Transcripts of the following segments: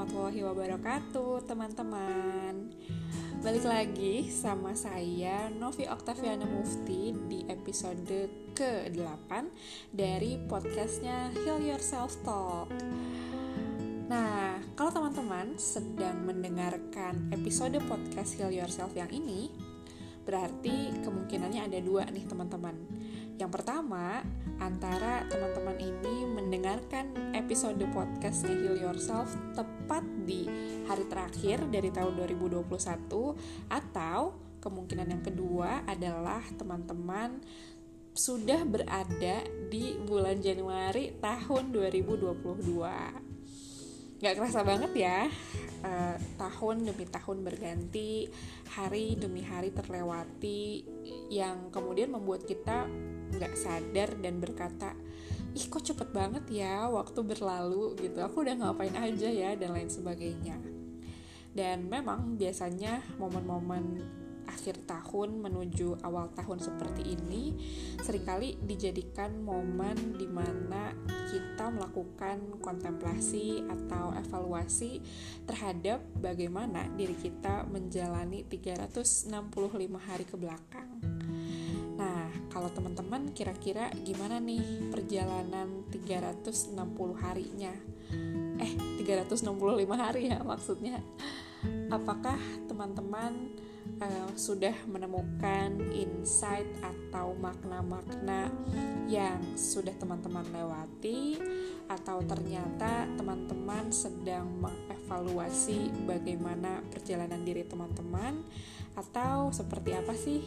warahmatullahi wabarakatuh, teman-teman. Balik lagi sama saya Novi Oktaviana Mufti di episode ke-8 dari podcastnya Heal Yourself Talk. Nah, kalau teman-teman sedang mendengarkan episode podcast Heal Yourself yang ini, berarti kemungkinannya ada dua nih teman-teman. Yang pertama, antara teman-teman ini mendengarkan episode podcastnya Heal Yourself tepat di hari terakhir dari tahun 2021, atau kemungkinan yang kedua adalah teman-teman sudah berada di bulan Januari tahun 2022. Gak kerasa banget ya, tahun demi tahun berganti, hari demi hari terlewati, yang kemudian membuat kita gak sadar dan berkata, ih kok cepet banget ya waktu berlalu gitu, aku udah ngapain aja ya, dan lain sebagainya. Dan memang biasanya momen-momen akhir tahun menuju awal tahun seperti ini seringkali dijadikan momen dimana kita melakukan kontemplasi atau evaluasi terhadap bagaimana diri kita menjalani 365 hari ke belakang. Nah, kalau teman-teman kira-kira gimana nih perjalanan 360 harinya? 365 hari ya maksudnya. Apakah teman-teman sudah menemukan insight atau makna-makna yang sudah teman-teman lewati, atau ternyata teman-teman sedang mengevaluasi bagaimana perjalanan diri teman-teman, atau seperti apa sih?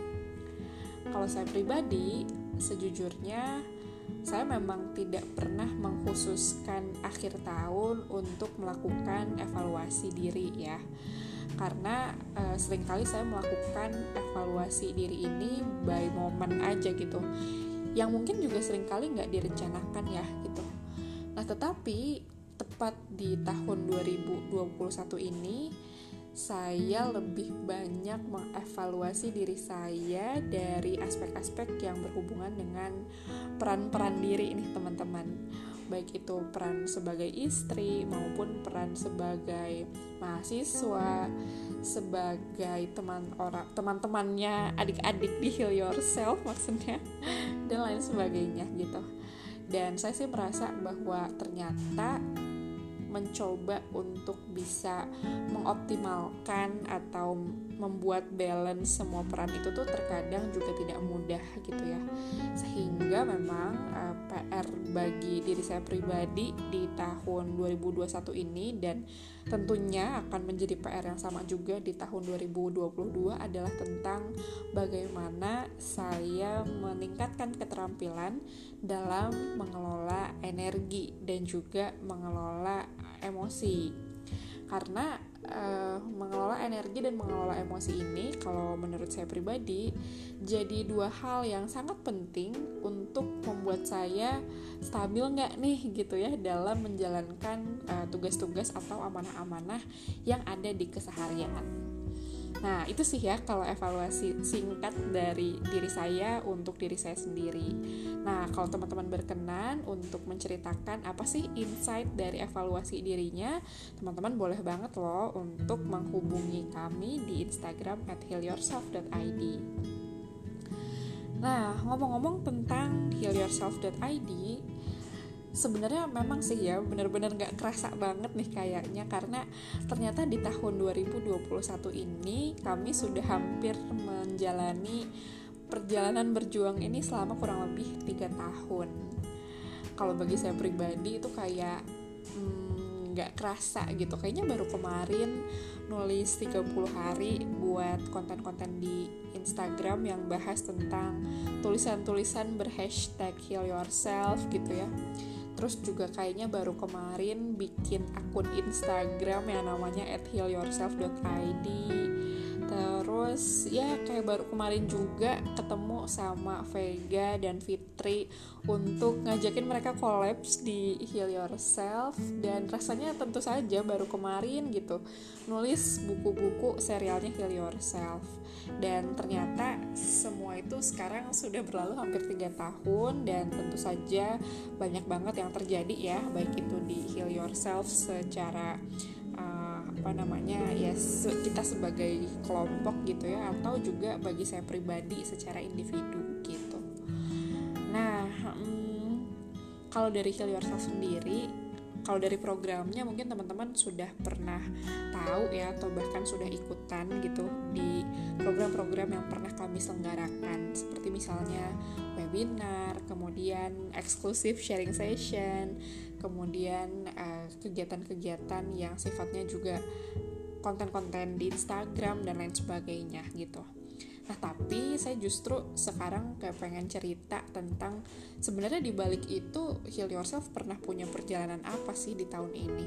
Kalau saya pribadi, sejujurnya saya memang tidak pernah mengkhususkan akhir tahun untuk melakukan evaluasi diri ya. Karena seringkali saya melakukan evaluasi diri ini by moment aja gitu, yang mungkin juga seringkali gak direncanakan ya gitu. Nah tetapi tepat di tahun 2021 ini, saya lebih banyak mengevaluasi diri saya dari aspek-aspek yang berhubungan dengan peran-peran diri ini teman-teman. Baik itu peran sebagai istri maupun peran sebagai mahasiswa, sebagai teman-temannya adik-adik di Heal Yourself maksudnya, dan lain sebagainya gitu. Dan saya sih merasa bahwa ternyata mencoba untuk bisa mengoptimalkan atau membuat balance semua peran itu tuh terkadang juga tidak mudah gitu ya. Sehingga memang PR bagi diri saya pribadi di tahun 2021 ini, dan tentunya akan menjadi PR yang sama juga di tahun 2022, adalah tentang bagaimana saya meningkatkan keterampilan dalam mengelola energi dan juga mengelola emosi. Karena mengelola energi dan mengelola emosi ini, kalau menurut saya pribadi, jadi dua hal yang sangat penting untuk membuat saya stabil nggak nih gitu ya dalam menjalankan tugas-tugas atau amanah-amanah yang ada di keseharian. Nah itu sih ya kalau evaluasi singkat dari diri saya untuk diri saya sendiri. Nah kalau teman-teman berkenan untuk menceritakan apa sih insight dari evaluasi dirinya, teman-teman boleh banget loh untuk menghubungi kami di Instagram @healyourself.id. Nah ngomong-ngomong tentang healyourself.id, sebenarnya memang sih ya benar-benar gak kerasa banget nih kayaknya, karena ternyata di tahun 2021 ini kami sudah hampir menjalani perjalanan berjuang ini selama kurang lebih 3 tahun. Kalau bagi saya pribadi itu kayak gak kerasa gitu, kayaknya baru kemarin nulis 30 hari buat konten-konten di Instagram yang bahas tentang tulisan-tulisan berhashtag Heal Yourself gitu ya. Terus juga kayaknya baru kemarin bikin akun Instagram yang namanya @healyourself.id. Terus Terus ya kayak baru kemarin juga ketemu sama Vega dan Fitri untuk ngajakin mereka collabs di Heal Yourself. Dan rasanya tentu saja baru kemarin gitu nulis buku-buku serialnya Heal Yourself. Dan ternyata semua itu sekarang sudah berlalu hampir 3 tahun. Dan tentu saja banyak banget yang terjadi ya, baik itu di Heal Yourself secara kita sebagai kelompok gitu ya, atau juga bagi saya pribadi secara individu gitu. Nah, kalau dari Heal Yourself sendiri, kalau dari programnya mungkin teman-teman sudah pernah tahu ya, atau bahkan sudah ikutan gitu di program-program yang pernah kami selenggarakan, seperti misalnya webinar, kemudian eksklusif sharing session, kemudian kegiatan-kegiatan yang sifatnya juga konten-konten di Instagram dan lain sebagainya gitu. Nah, tapi saya justru sekarang kayak pengen cerita tentang sebenarnya di balik itu Heal Yourself pernah punya perjalanan apa sih di tahun ini.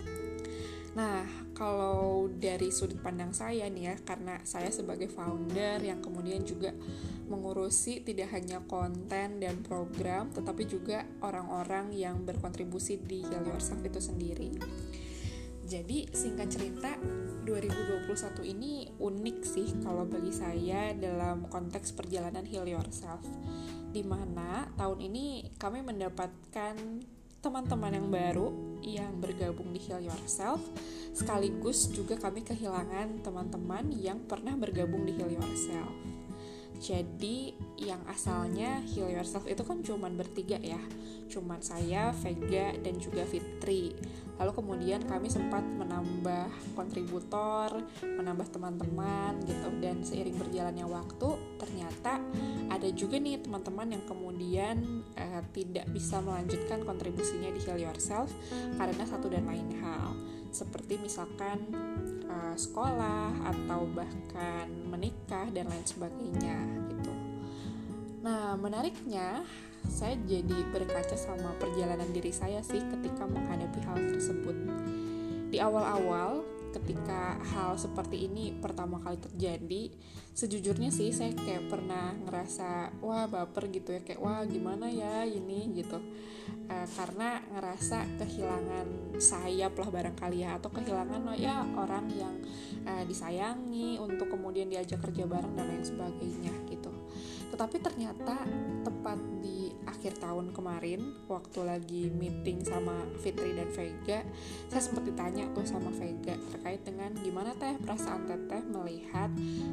Nah, kalau dari sudut pandang saya nih ya, karena saya sebagai founder yang kemudian juga mengurusi tidak hanya konten dan program, tetapi juga orang-orang yang berkontribusi di Heal Yourself itu sendiri. Jadi singkat cerita, 2021 ini unik sih kalau bagi saya dalam konteks perjalanan Heal Yourself, di mana tahun ini kami mendapatkan teman-teman yang baru yang bergabung di Heal Yourself, sekaligus juga kami kehilangan teman-teman yang pernah bergabung di Heal Yourself. Jadi yang asalnya Heal Yourself itu kan cuman bertiga ya, cuman saya, Vega, dan juga Fitri. Lalu kemudian kami sempat menambah kontributor, menambah teman-teman gitu, dan seiring berjalannya waktu ternyata ada juga nih teman-teman yang kemudian tidak bisa melanjutkan kontribusinya di Heal Yourself karena satu dan lain hal, seperti misalkan sekolah atau bahkan menikah dan lain sebagainya gitu. Nah, menariknya saya jadi berkaca sama perjalanan diri saya sih ketika menghadapi hal tersebut. Di awal-awal ketika hal seperti ini pertama kali terjadi, sejujurnya sih saya kayak pernah ngerasa wah baper gitu ya, kayak wah gimana ya ini gitu, karena ngerasa kehilangan sayap lah barangkali ya, atau kehilangan ya orang yang disayangi untuk kemudian diajak kerja bareng dan lain sebagainya gitu. Tetapi ternyata tepat di akhir tahun kemarin, waktu lagi meeting sama Fitri dan Vega, saya sempat ditanya tuh sama Vega terkait dengan gimana teh perasaan teteh melihat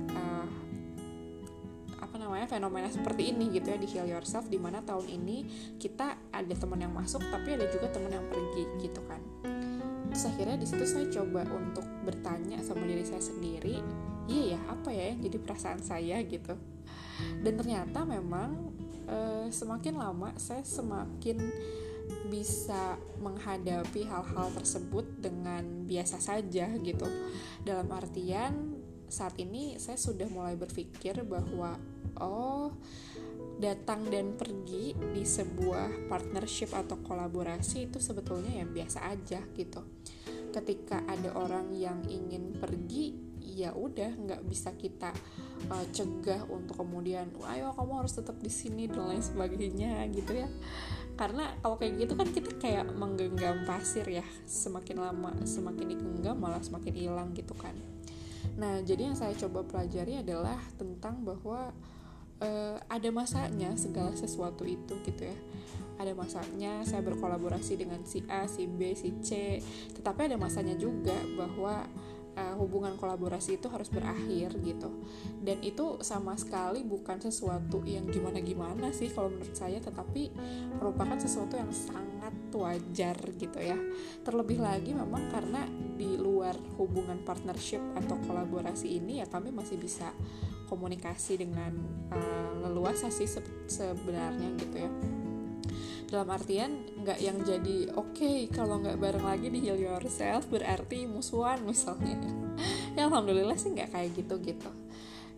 fenomena seperti ini gitu ya di Heal Yourself, di mana tahun ini kita ada teman yang masuk tapi ada juga teman yang pergi gitu kan. Terus akhirnya di situ saya coba untuk bertanya sama diri saya sendiri, iya ya apa ya yang jadi perasaan saya gitu. Dan ternyata memang semakin lama saya semakin bisa menghadapi hal-hal tersebut dengan biasa saja gitu. Dalam artian saat ini saya sudah mulai berpikir bahwa datang dan pergi di sebuah partnership atau kolaborasi itu sebetulnya yang biasa aja gitu. Ketika ada orang yang ingin pergi, ya udah nggak bisa kita cegah untuk kemudian ayo kamu harus tetap di sini dan lain sebagainya gitu ya. Karena kalau kayak gitu kan kita kayak menggenggam pasir ya, semakin lama semakin digenggam malah semakin hilang gitu kan. Nah, jadi yang saya coba pelajari adalah tentang bahwa ada masanya segala sesuatu itu gitu ya. Ada masanya saya berkolaborasi dengan si A, si B, si C, tetapi ada masanya juga bahwa hubungan kolaborasi itu harus berakhir gitu. Dan itu sama sekali bukan sesuatu yang gimana-gimana sih kalau menurut saya, tetapi merupakan sesuatu yang sangat wajar gitu ya. Terlebih lagi memang karena di luar hubungan partnership atau kolaborasi ini ya kami masih bisa komunikasi dengan leluasa sih sebenarnya gitu ya. Dalam artian nggak yang jadi oke, kalau nggak bareng lagi di Heal Yourself berarti musuhan misalnya. Ya alhamdulillah sih nggak kayak gitu.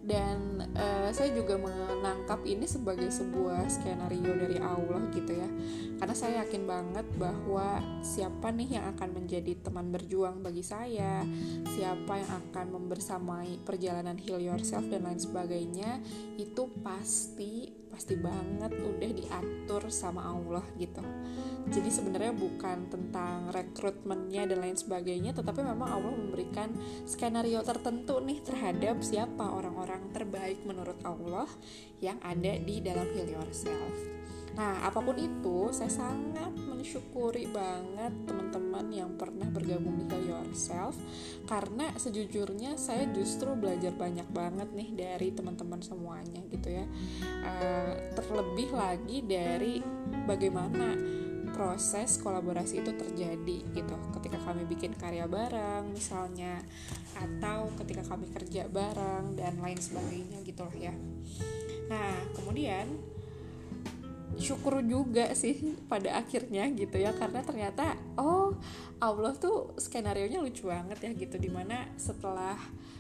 Dan saya juga menangkap ini sebagai sebuah skenario dari Allah gitu ya, karena saya yakin banget bahwa siapa nih yang akan menjadi teman berjuang bagi saya, siapa yang akan membersamai perjalanan heal yourself dan lain sebagainya, itu pasti banget udah diatur sama Allah gitu. Jadi sebenarnya bukan tentang rekrutmennya dan lain sebagainya, tetapi memang Allah memberikan skenario tertentu nih terhadap siapa orang-orang terbaik menurut Allah yang ada di dalam Heal Yourself. Nah, apapun itu, saya sangat mensyukuri banget teman-teman yang pernah bergabung di Heal Yourself, karena sejujurnya saya justru belajar banyak banget nih dari teman-teman semuanya gitu ya. Terlebih lagi dari bagaimana proses kolaborasi itu terjadi gitu, ketika kami bikin karya bareng misalnya, atau ketika kami kerja bareng dan lain sebagainya gitu loh ya. Nah, kemudian syukur juga sih pada akhirnya gitu ya, karena ternyata Allah tuh skenarionya lucu banget ya gitu, dimana setelah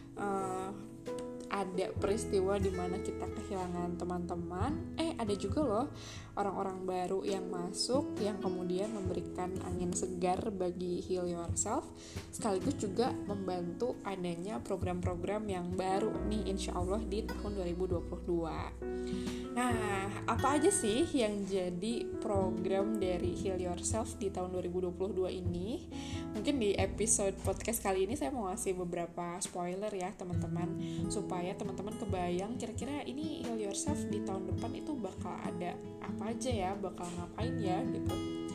ada peristiwa dimana kita kehilangan teman-teman, ada juga loh orang-orang baru yang masuk, yang kemudian memberikan angin segar bagi Heal Yourself, sekaligus juga membantu adanya program-program yang baru nih insya Allah di tahun 2022. Nah, apa aja sih yang jadi program dari Heal Yourself di tahun 2022 ini? Mungkin di episode podcast kali ini saya mau ngasih beberapa spoiler ya teman-teman, supaya teman-teman kebayang kira-kira ini Heal Yourself di tahun depan itu bakal ada apa aja ya, bakal ngapain ya gitu.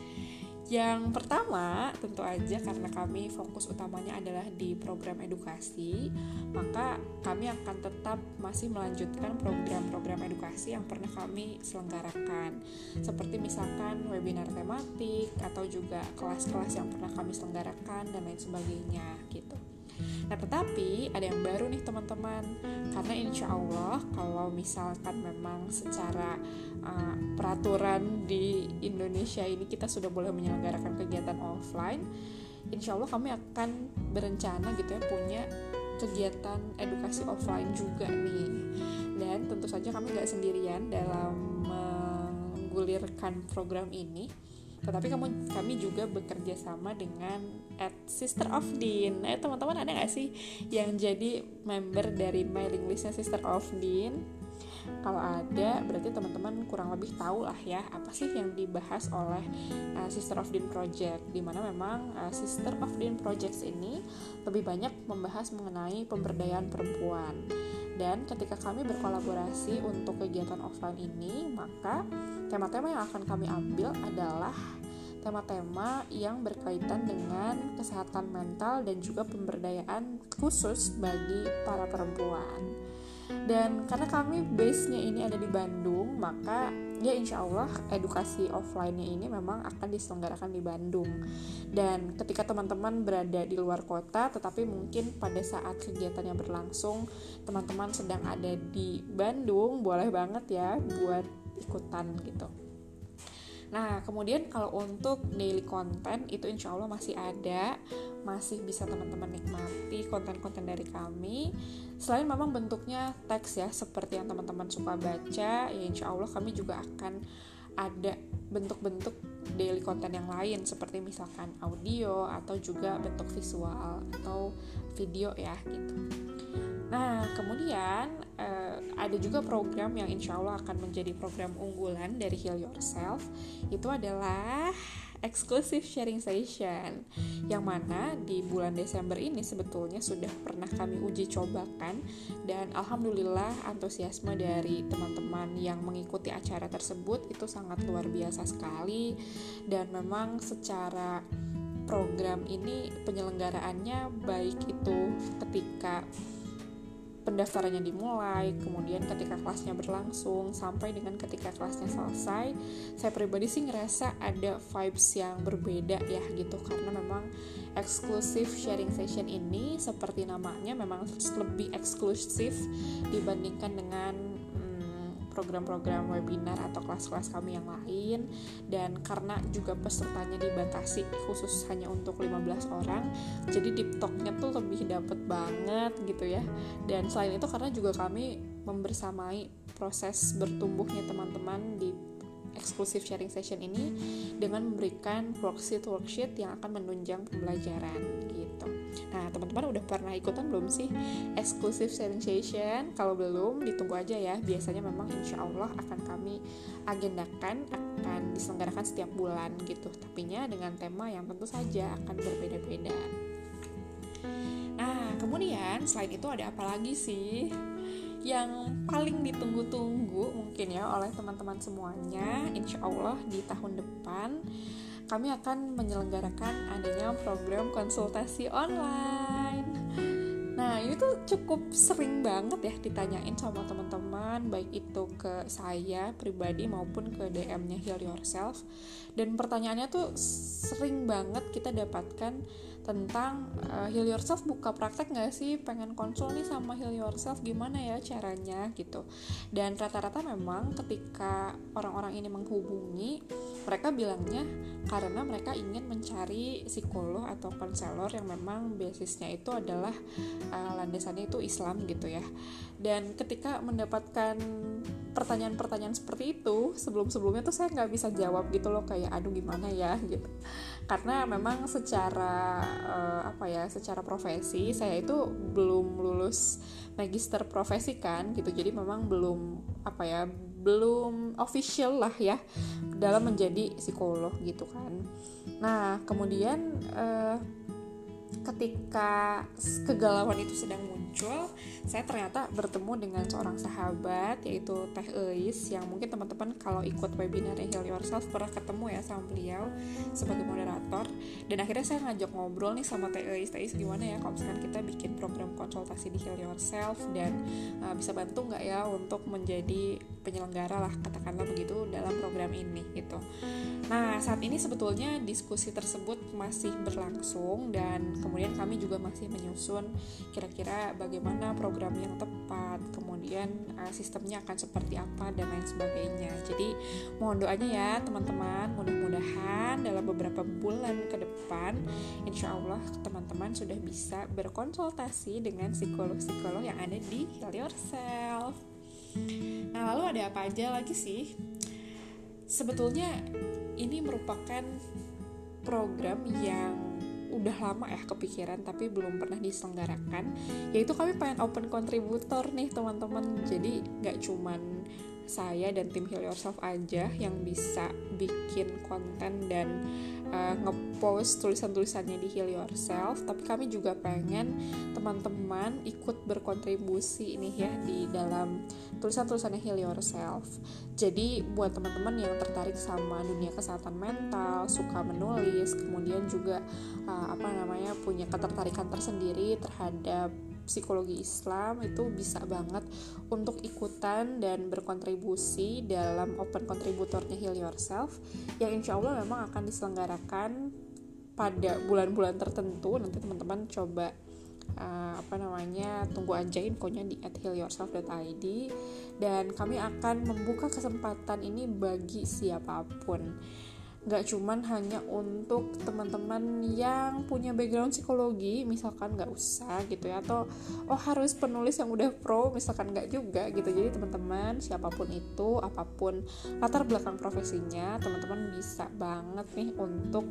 Yang pertama, tentu aja karena kami fokus utamanya adalah di program edukasi, maka kami akan tetap masih melanjutkan program-program edukasi yang pernah kami selenggarakan, seperti misalkan webinar tematik atau juga kelas-kelas yang pernah kami selenggarakan dan lain sebagainya gitu. Nah, tetapi ada yang baru nih teman-teman, karena insya Allah kalau misalkan memang secara peraturan di Indonesia ini kita sudah boleh menyelenggarakan kegiatan offline, insya Allah kami akan berencana gitu ya punya kegiatan edukasi offline juga nih. Dan tentu saja kami gak sendirian dalam menggulirkan program ini, tetapi kami juga bekerja sama dengan Sister of Dean. Teman-teman ada gak sih yang jadi member dari mailing listnya Sister of Dean? Kalau ada, berarti teman-teman kurang lebih tahu lah ya apa sih yang dibahas oleh Sister of Dean Project, dimana memang Sister of Dean Projects ini lebih banyak membahas mengenai pemberdayaan perempuan. Dan ketika kami berkolaborasi untuk kegiatan offline ini, maka tema-tema yang akan kami ambil adalah tema-tema yang berkaitan dengan kesehatan mental dan juga pemberdayaan khusus bagi para perempuan. Dan karena kami base-nya ini ada di Bandung, maka ya insya Allah edukasi offline-nya ini memang akan diselenggarakan di Bandung. Dan ketika teman-teman berada di luar kota, tetapi mungkin pada saat kegiatannya berlangsung teman-teman sedang ada di Bandung, boleh banget ya buat ikutan gitu. Nah, kemudian kalau untuk daily content itu insya Allah masih ada, masih bisa teman-teman nikmati konten-konten dari kami. Selain memang bentuknya teks ya, seperti yang teman-teman suka baca, ya insya Allah kami juga akan ada bentuk-bentuk daily content yang lain, seperti misalkan audio atau juga bentuk visual atau video ya gitu. Nah, kemudian ada juga program yang insya Allah akan menjadi program unggulan dari Heal Yourself. Itu adalah exclusive sharing session, yang mana di bulan Desember ini sebetulnya sudah pernah kami uji cobakan, dan alhamdulillah antusiasme dari teman-teman yang mengikuti acara tersebut itu sangat luar biasa sekali. Dan memang secara program ini penyelenggaraannya baik itu ketika pendaftarannya dimulai, kemudian ketika kelasnya berlangsung, sampai dengan ketika kelasnya selesai, saya pribadi sih ngerasa ada vibes yang berbeda ya gitu, karena memang exclusive sharing session ini seperti namanya memang lebih eksklusif dibandingkan dengan program-program webinar atau kelas-kelas kami yang lain. Dan karena juga pesertanya dibatasi khusus hanya untuk 15 orang, jadi deep talk-nya tuh lebih dapet banget gitu ya. Dan selain itu karena juga kami membersamai proses bertumbuhnya teman-teman di eksklusif sharing session ini dengan memberikan worksheet yang akan menunjang pembelajaran gitu. Nah, teman-teman udah pernah ikutan belum sih eksklusif sharing session? Kalau belum, ditunggu aja ya. Biasanya memang insya Allah akan kami agendakan, akan diselenggarakan setiap bulan gitu. Tapinya dengan tema yang tentu saja akan berbeda-beda. Nah, kemudian selain itu ada apa lagi sih yang paling ditunggu-tunggu mungkin ya oleh teman-teman semuanya? Insya Allah di tahun depan kami akan menyelenggarakan adanya program konsultasi online. Nah, ini tuh cukup sering banget ya ditanyain sama teman-teman, baik itu ke saya pribadi maupun ke DM-nya Heal Yourself. Dan pertanyaannya tuh sering banget kita dapatkan tentang Heal Yourself buka praktek gak sih? Pengen konsul nih sama Heal Yourself, gimana ya caranya gitu. Dan rata-rata memang ketika orang-orang ini menghubungi, mereka bilangnya karena mereka ingin mencari psikolog atau konselor yang memang basisnya itu adalah landasannya itu Islam gitu ya. Dan ketika mendapatkan pertanyaan-pertanyaan seperti itu, sebelum-sebelumnya tuh saya nggak bisa jawab gitu loh, kayak aduh gimana ya gitu. Karena memang secara secara profesi saya itu belum lulus magister profesi kan gitu. Jadi memang belum official lah ya dalam menjadi psikolog gitu kan. Nah, kemudian ketika kegalauan itu sedang muncul, saya ternyata bertemu dengan seorang sahabat yaitu Teh Eis, yang mungkin teman-teman kalau ikut webinar Heal Yourself pernah ketemu ya sama beliau sebagai moderator. Dan akhirnya saya ngajak ngobrol nih sama Teh Eis, gimana ya kalau misalkan kita bikin program konsultasi di Heal Yourself, dan bisa bantu nggak ya untuk menjadi penyelenggara lah, katakanlah begitu, dalam program ini gitu. Nah, saat ini sebetulnya diskusi tersebut masih berlangsung, dan kemudian kami juga masih menyusun kira-kira bagaimana program yang tepat, kemudian sistemnya akan seperti apa dan lain sebagainya. Jadi mohon doanya ya teman-teman, mudah-mudahan dalam beberapa bulan ke depan insya Allah teman-teman sudah bisa berkonsultasi dengan psikolog-psikolog yang ada di Heal Yourself. Nah, lalu ada apa aja lagi sih? Sebetulnya ini merupakan program yang udah lama ya kepikiran tapi belum pernah diselenggarakan, yaitu kami pengen open kontributor nih teman-teman. Jadi gak cuman saya dan tim Heal Yourself aja yang bisa bikin konten dan ngepost tulisan-tulisannya di Heal Yourself, tapi kami juga pengen teman-teman ikut berkontribusi nih ya di dalam tulisan-tulisannya Heal Yourself. Jadi buat teman-teman yang tertarik sama dunia kesehatan mental, suka menulis, kemudian juga punya ketertarikan tersendiri terhadap psikologi Islam, itu bisa banget untuk ikutan dan berkontribusi dalam open kontributornya Heal Yourself yang insya Allah memang akan diselenggarakan pada bulan-bulan tertentu. Nanti teman-teman coba tunggu aja infonya di @healyourself.id, dan kami akan membuka kesempatan ini bagi siapapun. Gak cuman hanya untuk teman-teman yang punya background psikologi, misalkan gak usah gitu ya, atau harus penulis yang udah pro, misalkan gak juga gitu. Jadi teman-teman siapapun itu, apapun latar belakang profesinya, teman-teman bisa banget nih untuk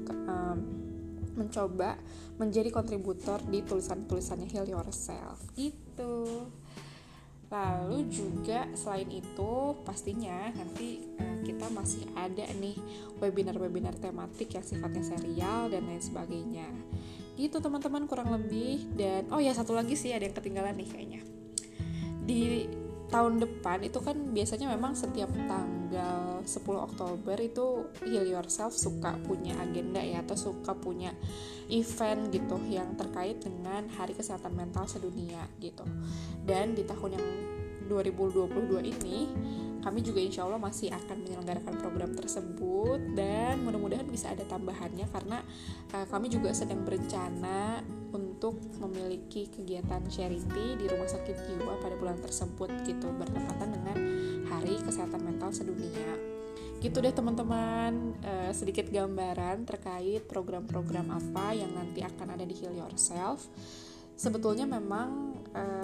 mencoba menjadi kontributor di tulisan-tulisannya Heal Yourself gitu. Lalu juga selain itu pastinya nanti kita masih ada nih webinar-webinar tematik yang sifatnya serial dan lain sebagainya gitu teman-teman, kurang lebih. Dan satu lagi sih, ada yang ketinggalan nih kayaknya. Di tahun depan itu kan biasanya memang setiap tanggal 10 Oktober itu Heal Yourself suka punya agenda ya, atau suka punya event gitu yang terkait dengan Hari Kesehatan Mental Sedunia gitu. Dan di tahun yang 2022 ini kami juga insya Allah masih akan menyelenggarakan program tersebut, dan mudah-mudahan bisa ada tambahannya karena kami juga sedang berencana untuk memiliki kegiatan charity di rumah sakit jiwa pada bulan tersebut gitu, bertepatan dengan Hari Kesehatan Mental Sedunia. Gitu deh teman-teman, sedikit gambaran terkait program-program apa yang nanti akan ada di Heal Yourself. Sebetulnya memang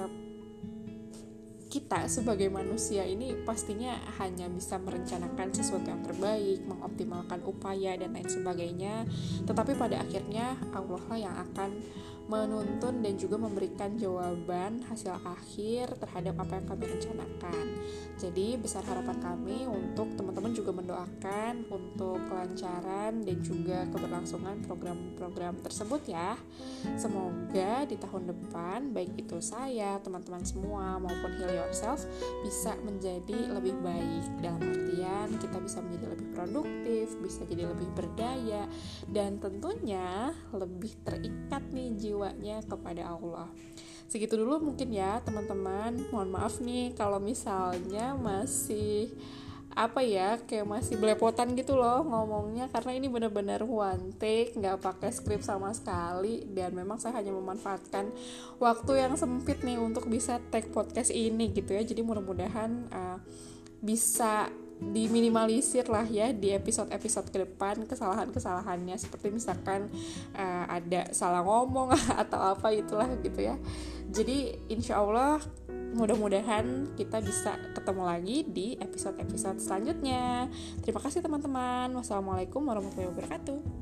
kita sebagai manusia ini pastinya hanya bisa merencanakan sesuatu yang terbaik, mengoptimalkan upaya dan lain sebagainya. Tetapi pada akhirnya Allah lah yang akan menuntun dan juga memberikan jawaban hasil akhir terhadap apa yang kami rencanakan. Jadi besar harapan kami untuk teman-teman juga mendoakan untuk kelancaran dan juga keberlangsungan program-program tersebut ya. Semoga di tahun depan baik itu saya, teman-teman semua maupun Heal Yourself bisa menjadi lebih baik, dalam artian kita bisa menjadi lebih produktif, bisa jadi lebih berdaya, dan tentunya lebih terikat nih jiwanya kepada Allah. Segitu dulu mungkin ya teman-teman. Mohon maaf nih kalau misalnya masih kayak masih belepotan gitu loh ngomongnya, karena ini benar-benar one take, nggak pakai skrip sama sekali, dan memang saya hanya memanfaatkan waktu yang sempit nih untuk bisa take podcast ini gitu ya. Jadi mudah-mudahan bisa diminimalisir lah ya di episode-episode ke depan kesalahan-kesalahannya, seperti misalkan ada salah ngomong atau apa itulah gitu ya. Jadi insya Allah mudah-mudahan kita bisa ketemu lagi di episode-episode selanjutnya. Terima kasih teman-teman. Wassalamualaikum warahmatullahi wabarakatuh.